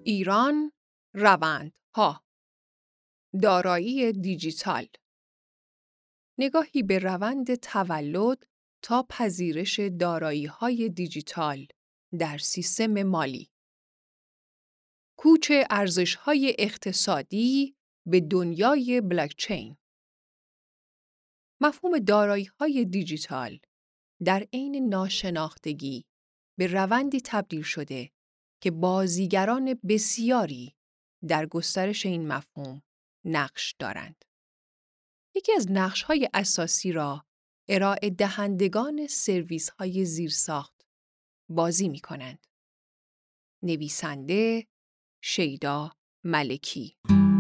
ایران، روندها، دارایی دیجیتال. نگاهی به روند تولد تا پذیرش دارایی‌های دیجیتال در سیستم مالی. کوچ ارزش‌های اقتصادی به دنیای بلاکچین. مفهوم دارایی‌های دیجیتال در عین ناشناختگی به روندی تبدیل شده که بازیگران بسیاری در گسترش این مفهوم نقش دارند. یکی از نقش‌های اساسی را ارائه دهندگان سرویس‌های زیرساخت بازی می‌کنند. نویسنده شیدا ملکی.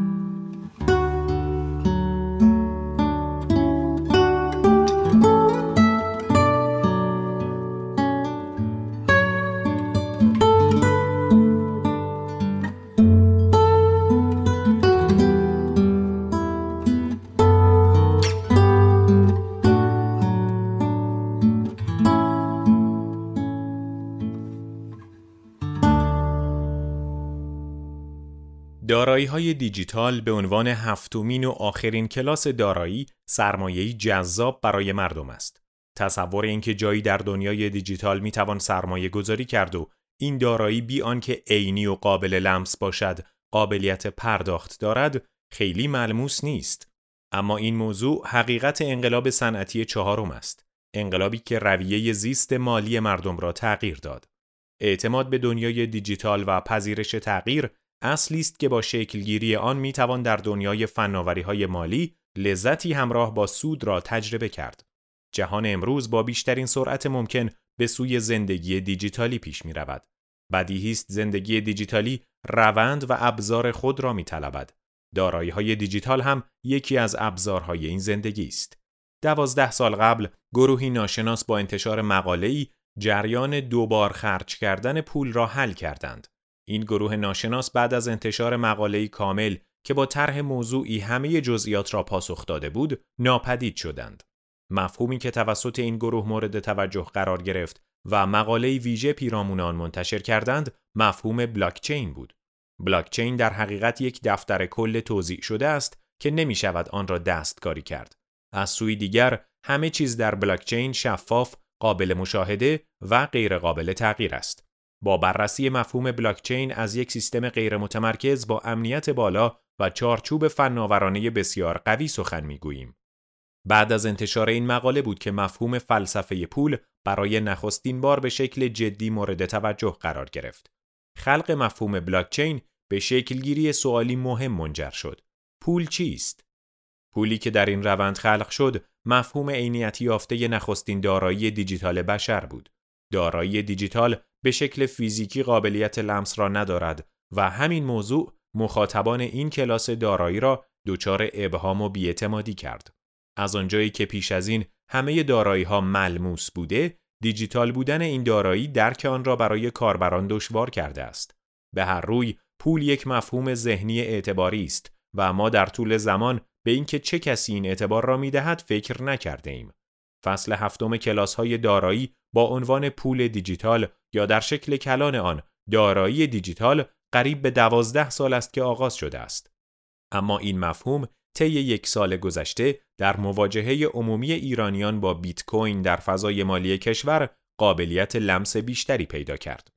دارایی‌های دیجیتال به عنوان هفتمین و آخرین کلاس دارایی سرمایه‌ای جذاب برای مردم است. تصور اینکه جایی در دنیای دیجیتال میتوان سرمایه گذاری کرد و این دارایی بی آنکه عینی و قابل لمس باشد قابلیت پرداخت دارد خیلی ملموس نیست. اما این موضوع حقیقت انقلاب صنعتی چهارم است. انقلابی که رویه زیست مالی مردم را تغییر داد. اعتماد به دنیای دیجیتال و پذیرش تغییر اصلی است که با شکلگیری آن میتوان در دنیای فناوری‌های مالی لذتی همراه با سود را تجربه کرد. جهان امروز با بیشترین سرعت ممکن به سوی زندگی دیجیتالی پیش می‌رود. بدیهی است زندگی دیجیتالی روند و ابزار خود را می‌طلبد. دارایی‌های دیجیتال هم یکی از ابزارهای این زندگی است. 12 سال قبل گروهی ناشناس با انتشار مقاله‌ای جریان دوبار خرج کردن پول را حل کردند. این گروه ناشناس بعد از انتشار مقاله‌ای کامل که با طرح موضوعی همه جزئیات را پاسخ داده بود، ناپدید شدند. مفهومی که توسط این گروه مورد توجه قرار گرفت و مقاله‌ای ویژه پیرامون آن منتشر کردند، مفهوم بلاکچین بود. بلاکچین در حقیقت یک دفتر کل توزیع شده است که نمی شود آن را دستکاری کرد. از سوی دیگر، همه چیز در بلاکچین شفاف، قابل مشاهده و غیر قابل تغییر است. با بررسی مفهوم بلاکچین از یک سیستم غیر متمرکز با امنیت بالا و چارچوب فناورانه بسیار قوی سخن می‌گوییم. بعد از انتشار این مقاله بود که مفهوم فلسفه پول برای نخستین بار به شکل جدی مورد توجه قرار گرفت. خلق مفهوم بلاکچین به شکلگیری سوالی مهم منجر شد. پول چیست؟ پولی که در این روند خلق شد، مفهوم عینیتی یافته نخستین دارایی دیجیتال بشر بود. دارایی دیجیتال به شکل فیزیکی قابلیت لمس را ندارد و همین موضوع مخاطبان این کلاس دارایی را دچار ابهام و بی‌اعتمادی کرد. از آنجایی که پیش از این همه دارایی‌ها ملموس بوده، دیجیتال بودن این دارایی درک آن را برای کاربران دشوار کرده است. به هر روی پول یک مفهوم ذهنی اعتباری است و ما در طول زمان به اینکه چه کسی این اعتبار را می‌دهد فکر نکرده ایم. فصل هفتم کلاس‌های دارایی با عنوان پول دیجیتال یا در شکل کلان آن دارایی دیجیتال قریب به 12 سال است که آغاز شده است. اما این مفهوم طی یک سال گذشته در مواجهه عمومی ایرانیان با بیت کوین در فضای مالی کشور قابلیت لمس بیشتری پیدا کرد.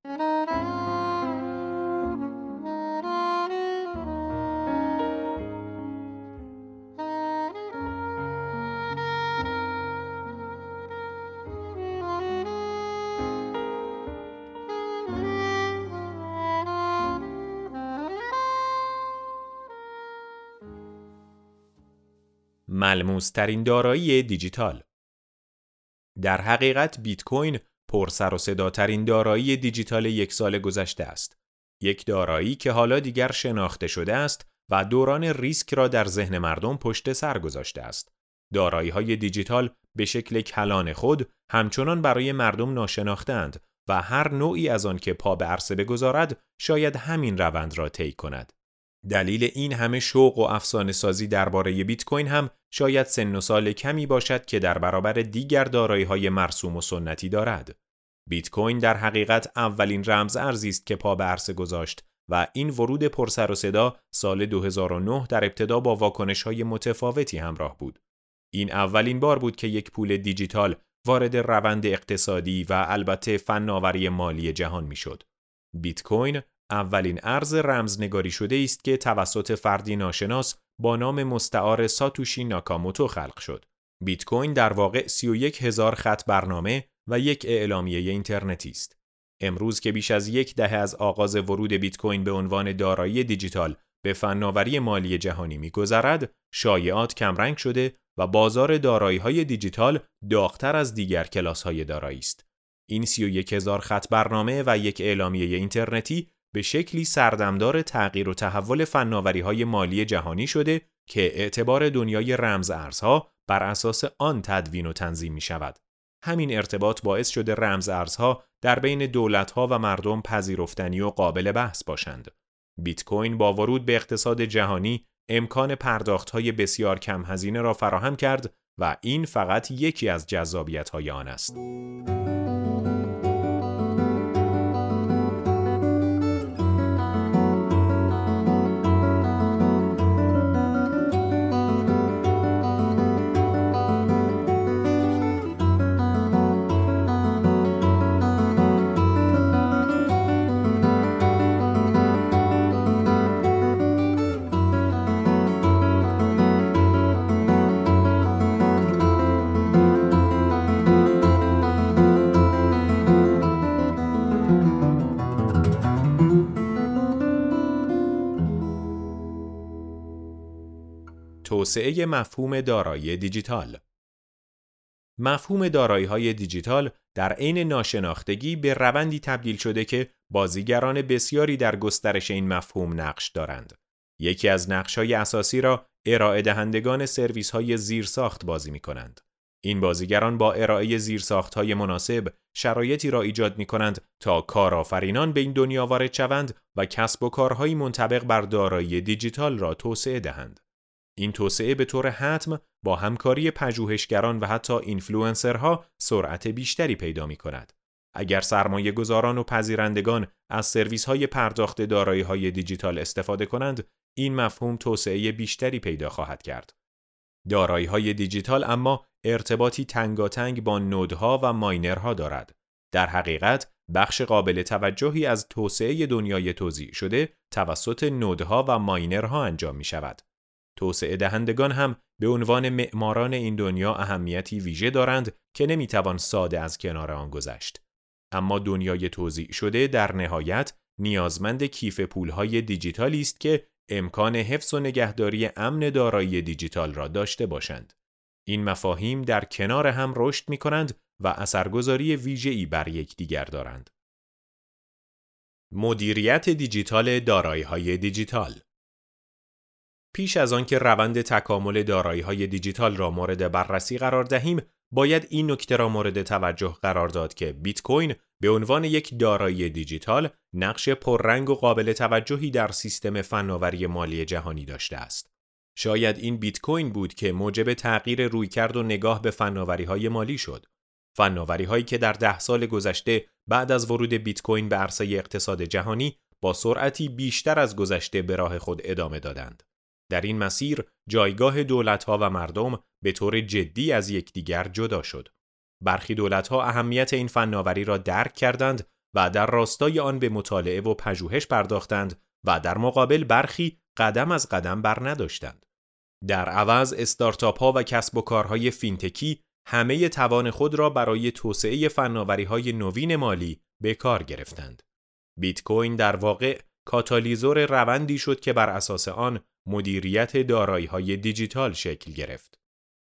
ملموس‌ترین دارایی دیجیتال. در حقیقت بیت کوین پر سر و صداترین دارایی دیجیتال یک سال گذشته است. یک دارایی که حالا دیگر شناخته شده است و دوران ریسک را در ذهن مردم پشت سر گذاشته است. دارایی‌های دیجیتال به شکل کلان خود همچنان برای مردم ناشناخته‌اند و هر نوعی از آن که پا به عرصه بگذارد شاید همین روند را طی کند. دلیل این همه شوق و افسانه سازی درباره بیت کوین هم شاید سن و سال کمی باشد که در برابر دیگر دارایی‌های مرسوم و سنتی دارد. بیت کوین در حقیقت اولین رمز ارزی است که پا به عرصه گذاشت و این ورود پرسر و صدا سال 2009 در ابتدا با واکنش‌های متفاوتی همراه بود. این اولین بار بود که یک پول دیجیتال وارد روند اقتصادی و البته فناوری مالی جهان میشد. بیت کوین اولین ارز رمزنگاری شده است که توسط فردی ناشناس با نام مستعار ساتوشی ناکاموتو خلق شد. بیت کوین در واقع 31,000 خط برنامه و یک اعلامیه اینترنتی است. امروز که بیش از یک دهه از آغاز ورود بیت کوین به عنوان دارایی دیجیتال به فناوری مالی جهانی می‌گذرد، شایعات کمرنگ شده و بازار دارایی‌های دیجیتال داغ‌تر از دیگر کلاس‌های دارایی است. این 31,000 خط برنامه و یک اعلامیه اینترنتی به شکلی سردمدار تغییر و تحول فناوری‌های مالی جهانی شده که اعتبار دنیای رمز ارزها بر اساس آن تدوین و تنظیم می‌شود. همین ارتباط باعث شده رمز ارزها در بین دولت‌ها و مردم پذیرفتنی و قابل بحث باشند. بیت کوین با ورود به اقتصاد جهانی امکان پرداخت‌های بسیار کم هزینه را فراهم کرد و این فقط یکی از جذابیت‌های آن است. توسعه مفهوم دارایی دیجیتال. مفهوم دارایی‌های دیجیتال در عین ناشناختگی به روندی تبدیل شده که بازیگران بسیاری در گسترش این مفهوم نقش دارند. یکی از نقش‌های اساسی را ارائه دهندگان سرویس‌های زیرساخت بازی می‌کنند. این بازیگران با ارائه زیرساخت‌های مناسب شرایطی را ایجاد می‌کنند تا کارآفرینان به این دنیا وارد شوند و کسب و کارهای منطبق بر دارایی دیجیتال را توسعه دهند. این توسعه به طور حتم با همکاری پژوهشگران و حتی اینفلوئنسرها سرعت بیشتری پیدا می‌کند. اگر سرمایه گذاران و پذیرندگان از سرویس‌های پرداخت دارایی‌های دیجیتال استفاده کنند، این مفهوم توسعه بیشتری پیدا خواهد کرد. دارایی‌های دیجیتال اما ارتباطی تنگاتنگ با نودها و ماینرها دارد. در حقیقت بخش قابل توجهی از توسعه دنیای توزیع شده توسط نودها و ماینرها انجام می‌شود. توسعه دهندگان هم به عنوان معماران این دنیا اهمیتی ویژه دارند که نمیتوان ساده از کنار آن گذشت. اما دنیای توزیع شده در نهایت نیازمند کیف پولهای دیجیتالی است که امکان حفظ و نگهداری امن دارایی دیجیتال را داشته باشند. این مفاهیم در کنار هم رشد می‌کنند و اثرگذاری ویژه‌ای بر یکدیگر دارند. مدیریت دیجیتال دارایی‌های دیجیتال. پیش از آن که روند تکامل دارایی‌های دیجیتال را مورد بررسی قرار دهیم، باید این نکته را مورد توجه قرار داد که بیت کوین به عنوان یک دارایی دیجیتال نقش پررنگ و قابل توجهی در سیستم فناوری مالی جهانی داشته است. شاید این بیت کوین بود که موجب تغییر رویکرد و نگاه به فناوری‌های مالی شد. فناوری‌هایی که در 10 سال گذشته بعد از ورود بیت کوین به عرصه اقتصاد جهانی با سرعتی بیشتر از گذشته به راه خود ادامه دادند. در این مسیر جایگاه دولت‌ها و مردم به طور جدی از یکدیگر جدا شد. برخی دولت‌ها اهمیت این فناوری را درک کردند و در راستای آن به مطالعه و پژوهش پرداختند و در مقابل برخی قدم از قدم بر نداشتند. در عوض استارتاپ‌ها و کسب و کارهای فینتکی همه توان خود را برای توسعه فناوری‌های نوین مالی به کار گرفتند. بیت کوین در واقع کاتالیزور روندی شد که بر اساس آن مدیریت دارایی‌های دیجیتال شکل گرفت.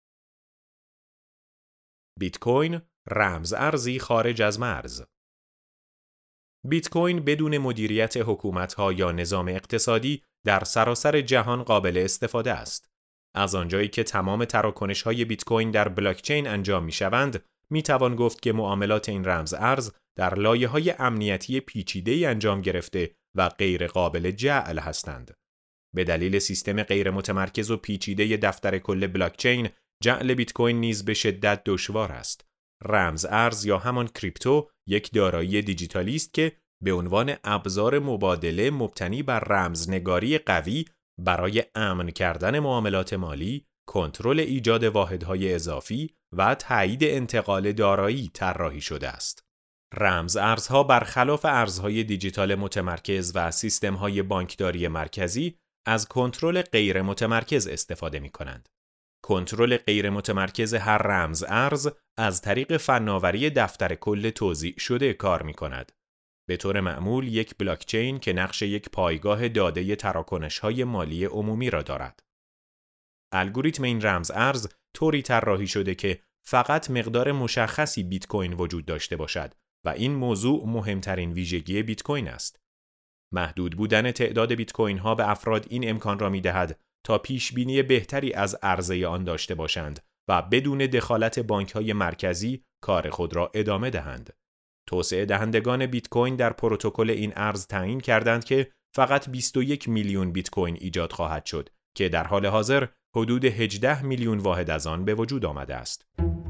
بیت کوین رمز ارزی خارج از مرز. بیت کوین بدون مدیریت حکومت‌ها یا نظام اقتصادی در سراسر جهان قابل استفاده است. از آنجایی که تمام تراکنش‌های بیت کوین در بلاکچین انجام می‌شوند، می‌توان گفت که معاملات این رمز ارز در لایه‌های امنیتی پیچیده‌ای انجام گرفته و غیر قابل جعل هستند. به دلیل سیستم غیر متمرکز و پیچیده دفتر کل بلاکچین، جعل بیت کوین نیز به شدت دشوار است. رمز ارز یا همان کریپتو یک دارایی دیجیتالی است که به عنوان ابزار مبادله مبتنی بر رمزنگاری قوی برای امن کردن معاملات مالی، کنترل ایجاد واحدهای اضافی و تایید انتقال دارایی طراحی شده است. رمز ارزها برخلاف ارزهای دیجیتال متمرکز و سیستم‌های بانکداری مرکزی از کنترل غیر متمرکز استفاده می‌کنند. کنترل غیر متمرکز هر رمز ارز از طریق فناوری دفتر کل توزیع شده کار می‌کند. به طور معمول یک بلاکچین که نقش یک پایگاه داده تراکنش‌های مالی عمومی را دارد. الگوریتم این رمز ارز طوری طراحی شده که فقط مقدار مشخصی بیت کوین وجود داشته باشد و این موضوع مهمترین ویژگی بیت کوین است. محدود بودن تعداد بیت کوین ها به افراد این امکان را می‌دهد تا پیش بینی بهتری از عرضه آن داشته باشند و بدون دخالت بانک‌های مرکزی کار خود را ادامه دهند. توسعه دهندگان بیت کوین در پروتکل این ارز تعیین کردند که فقط 21 میلیون بیت کوین ایجاد خواهد شد که در حال حاضر حدود 18 میلیون واحد از آن به وجود آمده است.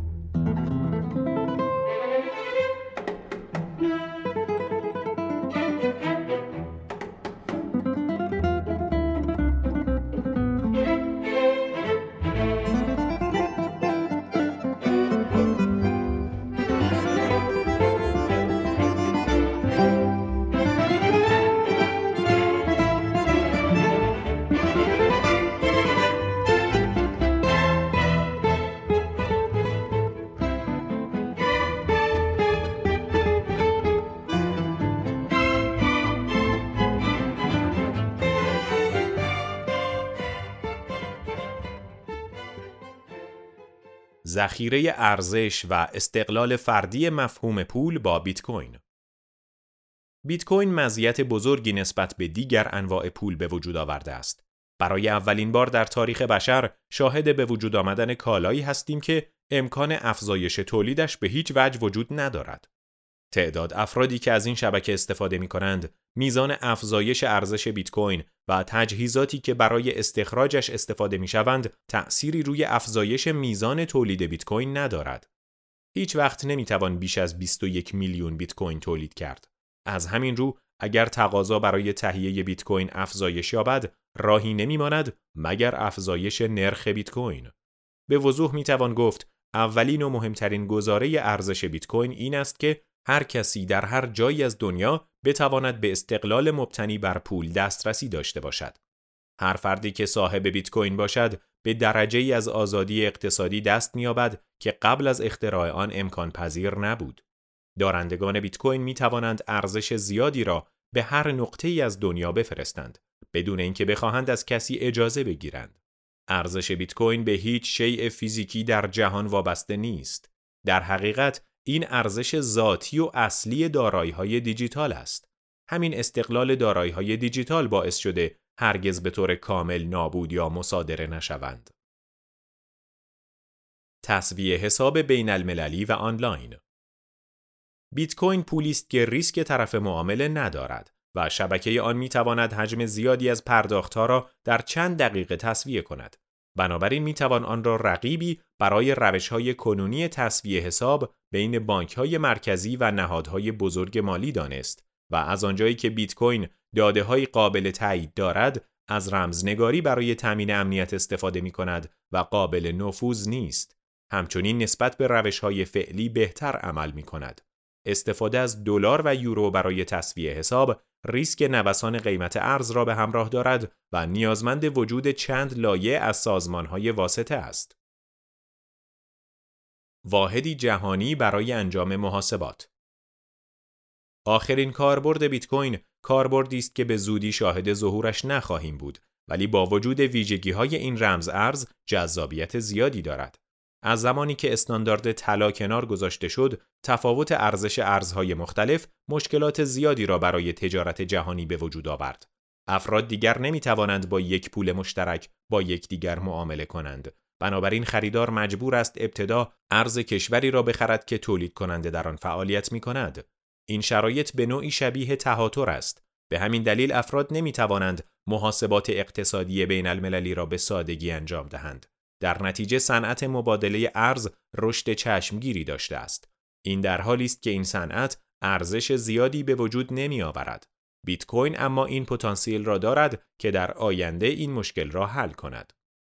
ذخیره ارزش و استقلال فردی مفهوم پول با بیت کوین. بیت کوین مزیت بزرگی نسبت به دیگر انواع پول به وجود آورده است. برای اولین بار در تاریخ بشر شاهد به وجود آمدن کالایی هستیم که امکان افزایش تولیدش به هیچ وجه وجود ندارد. تعداد افرادی که از این شبکه استفاده می‌کنند، میزان افزایش ارزش بیت کوین و تجهیزاتی که برای استخراجش استفاده می‌شوند، تأثیری روی افزایش میزان تولید بیت کوین ندارد. هیچ وقت نمی‌توان بیش از 21 میلیون بیت کوین تولید کرد. از همین رو، اگر تقاضا برای تهیه بیت کوین افزایش یابد، راهی نمی‌ماند مگر افزایش نرخ بیت کوین. به وضوح می‌توان گفت اولین و مهمترین گزاره ارزش بیت کوین این است که هر کسی در هر جایی از دنیا بتواند به استقلال مبتنی بر پول دسترسی داشته باشد. هر فردی که صاحب بیت کوین باشد به درجه‌ای از آزادی اقتصادی دست می‌یابد که قبل از اختراع آن امکان پذیر نبود. دارندگان بیت کوین می‌توانند ارزش زیادی را به هر نقطه‌ای از دنیا بفرستند بدون اینکه بخواهند از کسی اجازه بگیرند. ارزش بیت کوین به هیچ شیء فیزیکی در جهان وابسته نیست. در حقیقت این ارزش ذاتی و اصلی دارایی‌های دیجیتال است. همین استقلال دارایی‌های دیجیتال باعث شده هرگز به طور کامل نابود یا مصادره نشوند. تسویه حساب بین المللی و آنلاین. بیت کوین پولی است که ریسک طرف معامله ندارد و شبکه آن می‌تواند حجم زیادی از پرداخت‌ها را در چند دقیقه تسویه کند. بنابراین می‌توان آن را رقیبی برای روش‌های کنونی تسویه حساب بین بانک‌های مرکزی و نهادهای بزرگ مالی دانست و از آنجایی که بیت کوین داده‌های قابل تایید دارد، از رمزنگاری برای تامین امنیت استفاده می‌کند و قابل نفوذ نیست. همچنین نسبت به روش‌های فعلی بهتر عمل می‌کند. استفاده از دلار و یورو برای تسویه حساب ریسک نوسان قیمت ارز را به همراه دارد و نیازمند وجود چند لایه از سازمان‌های واسطه است. واحدی جهانی برای انجام محاسبات. آخرین کاربرد بیت کوین کاربردی است که به زودی شاهد ظهورش نخواهیم بود، ولی با وجود ویژگی‌های این رمز ارز جذابیت زیادی دارد. از زمانی که استاندارد طلا کنار گذاشته شد، تفاوت ارزش ارزهای مختلف مشکلات زیادی را برای تجارت جهانی به وجود آورد. افراد دیگر نمی‌توانند با یک پول مشترک با یکدیگر معامله کنند. بنابراین خریدار مجبور است ابتدا ارز کشوری را بخرد که تولید کننده در آن فعالیت می‌کند. این شرایط به نوعی شبیه تهاتر است. به همین دلیل افراد نمی‌توانند محاسبات اقتصادی بین المللی را به سادگی انجام دهند. در نتیجه صنعت مبادله ارز رشد چشمگیری داشته است. این در حالی است که این صنعت ارزش زیادی به وجود نمی آورد. بیت کوین اما این پتانسیل را دارد که در آینده این مشکل را حل کند.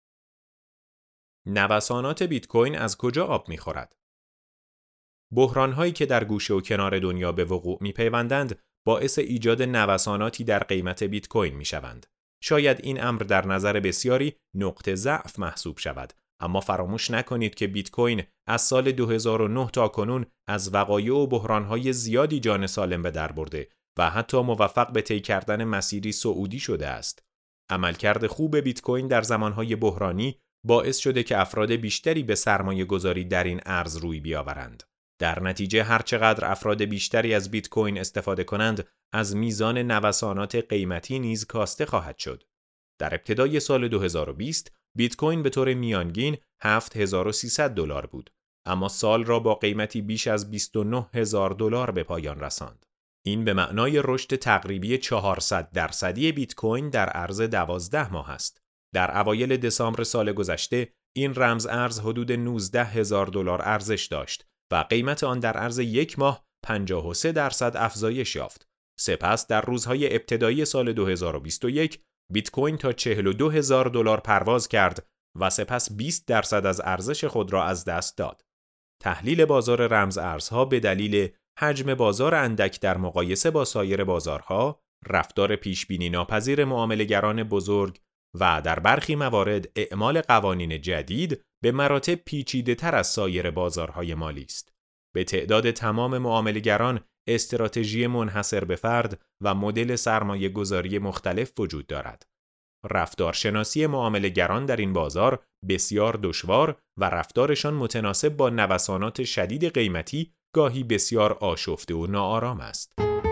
نوسانات بیت کوین از کجا آب می خورد؟ بحران‌هایی که در گوشه و کنار دنیا به وقوع می‌پیوندند باعث ایجاد نوساناتی در قیمت بیت کوین می‌شوند. شاید این امر در نظر بسیاری نقطه ضعف محسوب شود، اما فراموش نکنید که بیت کوین از سال 2009 تا کنون از وقایع و بحران‌های زیادی جان سالم به در برده و حتی موفق به طی کردن مسیری صعودی شده است. عملکرد خوب بیت کوین در زمانهای بحرانی باعث شده که افراد بیشتری به سرمایه‌گذاری در این ارز روی بیاورند. در نتیجه هرچقدر افراد بیشتری از بیت کوین استفاده کنند، از میزان نوسانات قیمتی نیز کاسته خواهد شد. در ابتدای سال 2020 بیت کوین به طور میانگین $7300 بود، اما سال را با قیمتی بیش از $29000 به پایان رساند. این به معنای رشد تقریبی 400% بیت کوین در عرض 12 ماه است. در اوایل دسامبر سال گذشته این رمز ارز حدود $19000 ارزش داشت و قیمت آن در عرض یک ماه 53% افزایش یافت. سپس در روزهای ابتدایی سال 2021 بیت کوین تا $42000 پرواز کرد و سپس 20% از ارزش خود را از دست داد. تحلیل بازار رمز ارزها به دلیل حجم بازار اندک در مقایسه با سایر بازارها، رفتار پیشبینی ناپذیر معامله‌گران بزرگ و در برخی موارد اعمال قوانین جدید به مراتب پیچیده‌تر از سایر بازارهای مالی است. به تعداد تمام معامله‌گران استراتژی منحصر به فرد و مدل سرمایه‌گذاری مختلف وجود دارد. رفتارشناسی معامله‌گران در این بازار بسیار دشوار و رفتارشان متناسب با نوسانات شدید قیمتی گاهی بسیار آشفته و ناآرام است.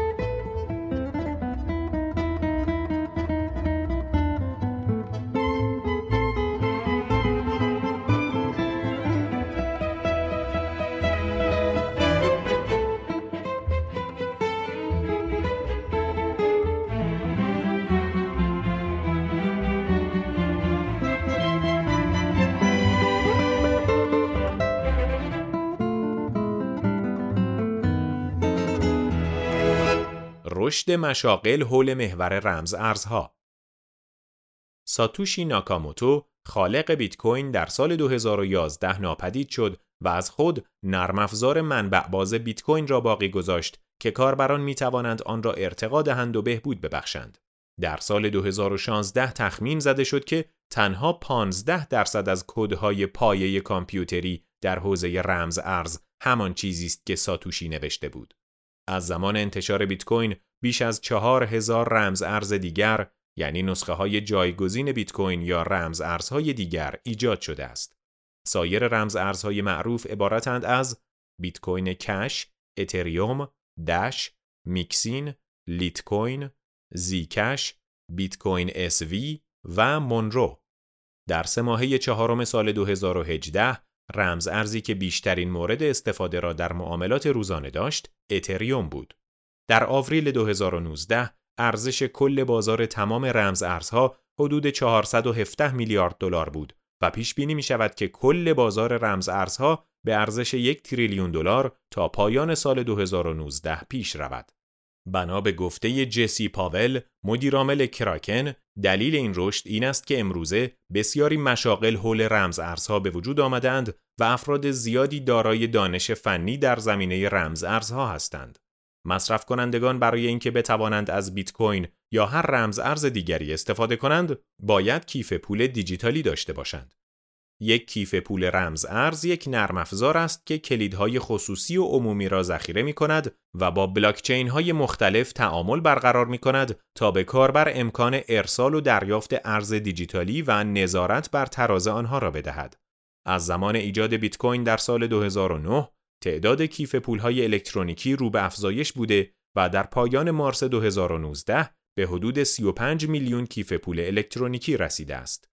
رشد مشاغل حول محور رمز ارزها. ساتوشی ناکاموتو، خالق بیت کوین، در سال 2011 ناپدید شد و از خود نرم افزار منبع باز بیت کوین را باقی گذاشت که کاربران می توانند آن را ارتقا دهند و بهبود ببخشند. در سال 2016 تخمین زده شد که تنها 15% از کدهای پایه کامپیوتری در حوزه رمز ارز همان چیزی است که ساتوشی نوشته بود. از زمان انتشار بیت کوین بیش از 4000 رمز ارز دیگر، یعنی نسخه های جایگزین بیت کوین یا رمز ارزهای دیگر ایجاد شده است. سایر رمز ارزهای معروف عبارتند از بیت کوین کش، اتریوم، داش، میکسین، لیت کوین، زی کش، بیت کوین اس وی و مونرو. در 3 ماهه چهارم سال 2018 رمز ارزی که بیشترین مورد استفاده را در معاملات روزانه داشت، اتریوم بود. در آوریل 2019 ارزش کل بازار تمام رمز ارزها حدود $417 میلیارد بود و پیش بینی می شود که کل بازار رمز ارزها به ارزش $1 تریلیون تا پایان سال 2019 پیش رود. بنا به گفته جسی پاول، مدیرعامل کراکن، دلیل این رشد این است که امروزه بسیاری مشاغل حول رمز ارزها به وجود آمدند و افراد زیادی دارای دانش فنی در زمینه رمز ارزها هستند. مصرف کنندگان برای اینکه بتوانند از بیت کوین یا هر رمز ارز دیگری استفاده کنند، باید کیف پول دیجیتالی داشته باشند. یک کیف پول رمز ارز یک نرم افزار است که کلیدهای خصوصی و عمومی را ذخیره می کند و با بلاکچین های مختلف تعامل برقرار می کند تا به کاربر امکان ارسال و دریافت ارز دیجیتالی و نظارت بر تراز آنها را بدهد. از زمان ایجاد بیت کوین در سال 2009 تعداد کیف پولهای الکترونیکی رو به افزایش بوده و در پایان مارس 2019 به حدود 35 میلیون کیف پول الکترونیکی رسیده است.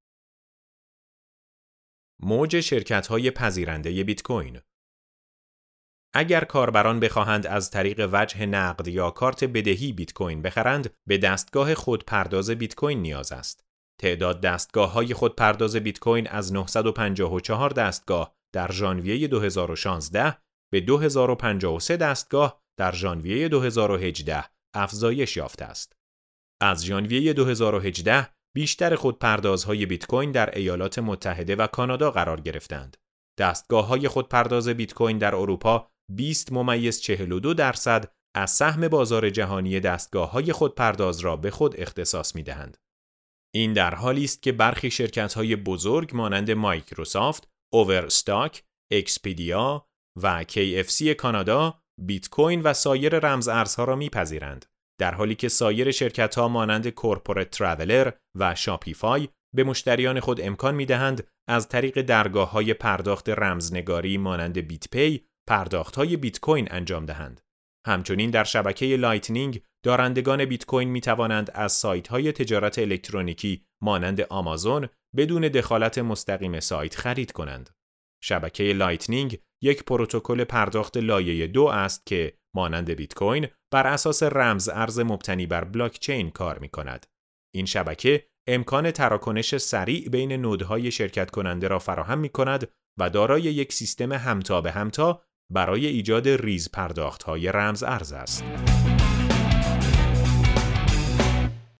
موج شرکت‌های پذیرنده بیت کوین. اگر کاربران بخواهند از طریق وجه نقد یا کارت بدهی بیت کوین بخرند، به دستگاه خودپرداز بیت کوین نیاز است. تعداد دستگاه‌های خودپرداز بیت کوین از 954 دستگاه در ژانویه 2016 به 2053 دستگاه در ژانویه 2018 افزایش یافته است. از ژانویه 2018 بیشتر خودپردازهای بیت کوین در ایالات متحده و کانادا قرار گرفتند. دستگاه‌های خودپرداز بیت کوین در اروپا 20.42% از سهم بازار جهانی دستگاه‌های خودپرداز را به خود اختصاص می‌دهند. این در حالی است که برخی شرکت‌های بزرگ مانند مایکروسافت، اوورستاک، اکسپدیا و KFC کانادا بیت کوین و سایر رمز ارزها را می‌پذیرند، در حالی که سایر شرکت‌ها مانند کورپوریت ترافلر و شاپیفای به مشتریان خود امکان می‌دهند از طریق درگاه‌های پرداخت رمزنگاری مانند بیت پی پرداخت‌های بیت کوین انجام دهند. همچنین در شبکه لایتنینگ دارندگان بیت کوین می توانند از سایت‌های تجارت الکترونیکی مانند آمازون بدون دخالت مستقیم سایت خرید کنند. شبکه لایتنینگ یک پروتکل پرداخت لایه 2 است که مانند بیت کوین بر اساس رمز ارز مبتنی بر بلاکچین کار می کند. این شبکه امکان تراکنش سریع بین نودهای شرکت کننده را فراهم می کند و دارای یک سیستم همتا به همتا برای ایجاد ریز پرداخت‌های رمز ارز است.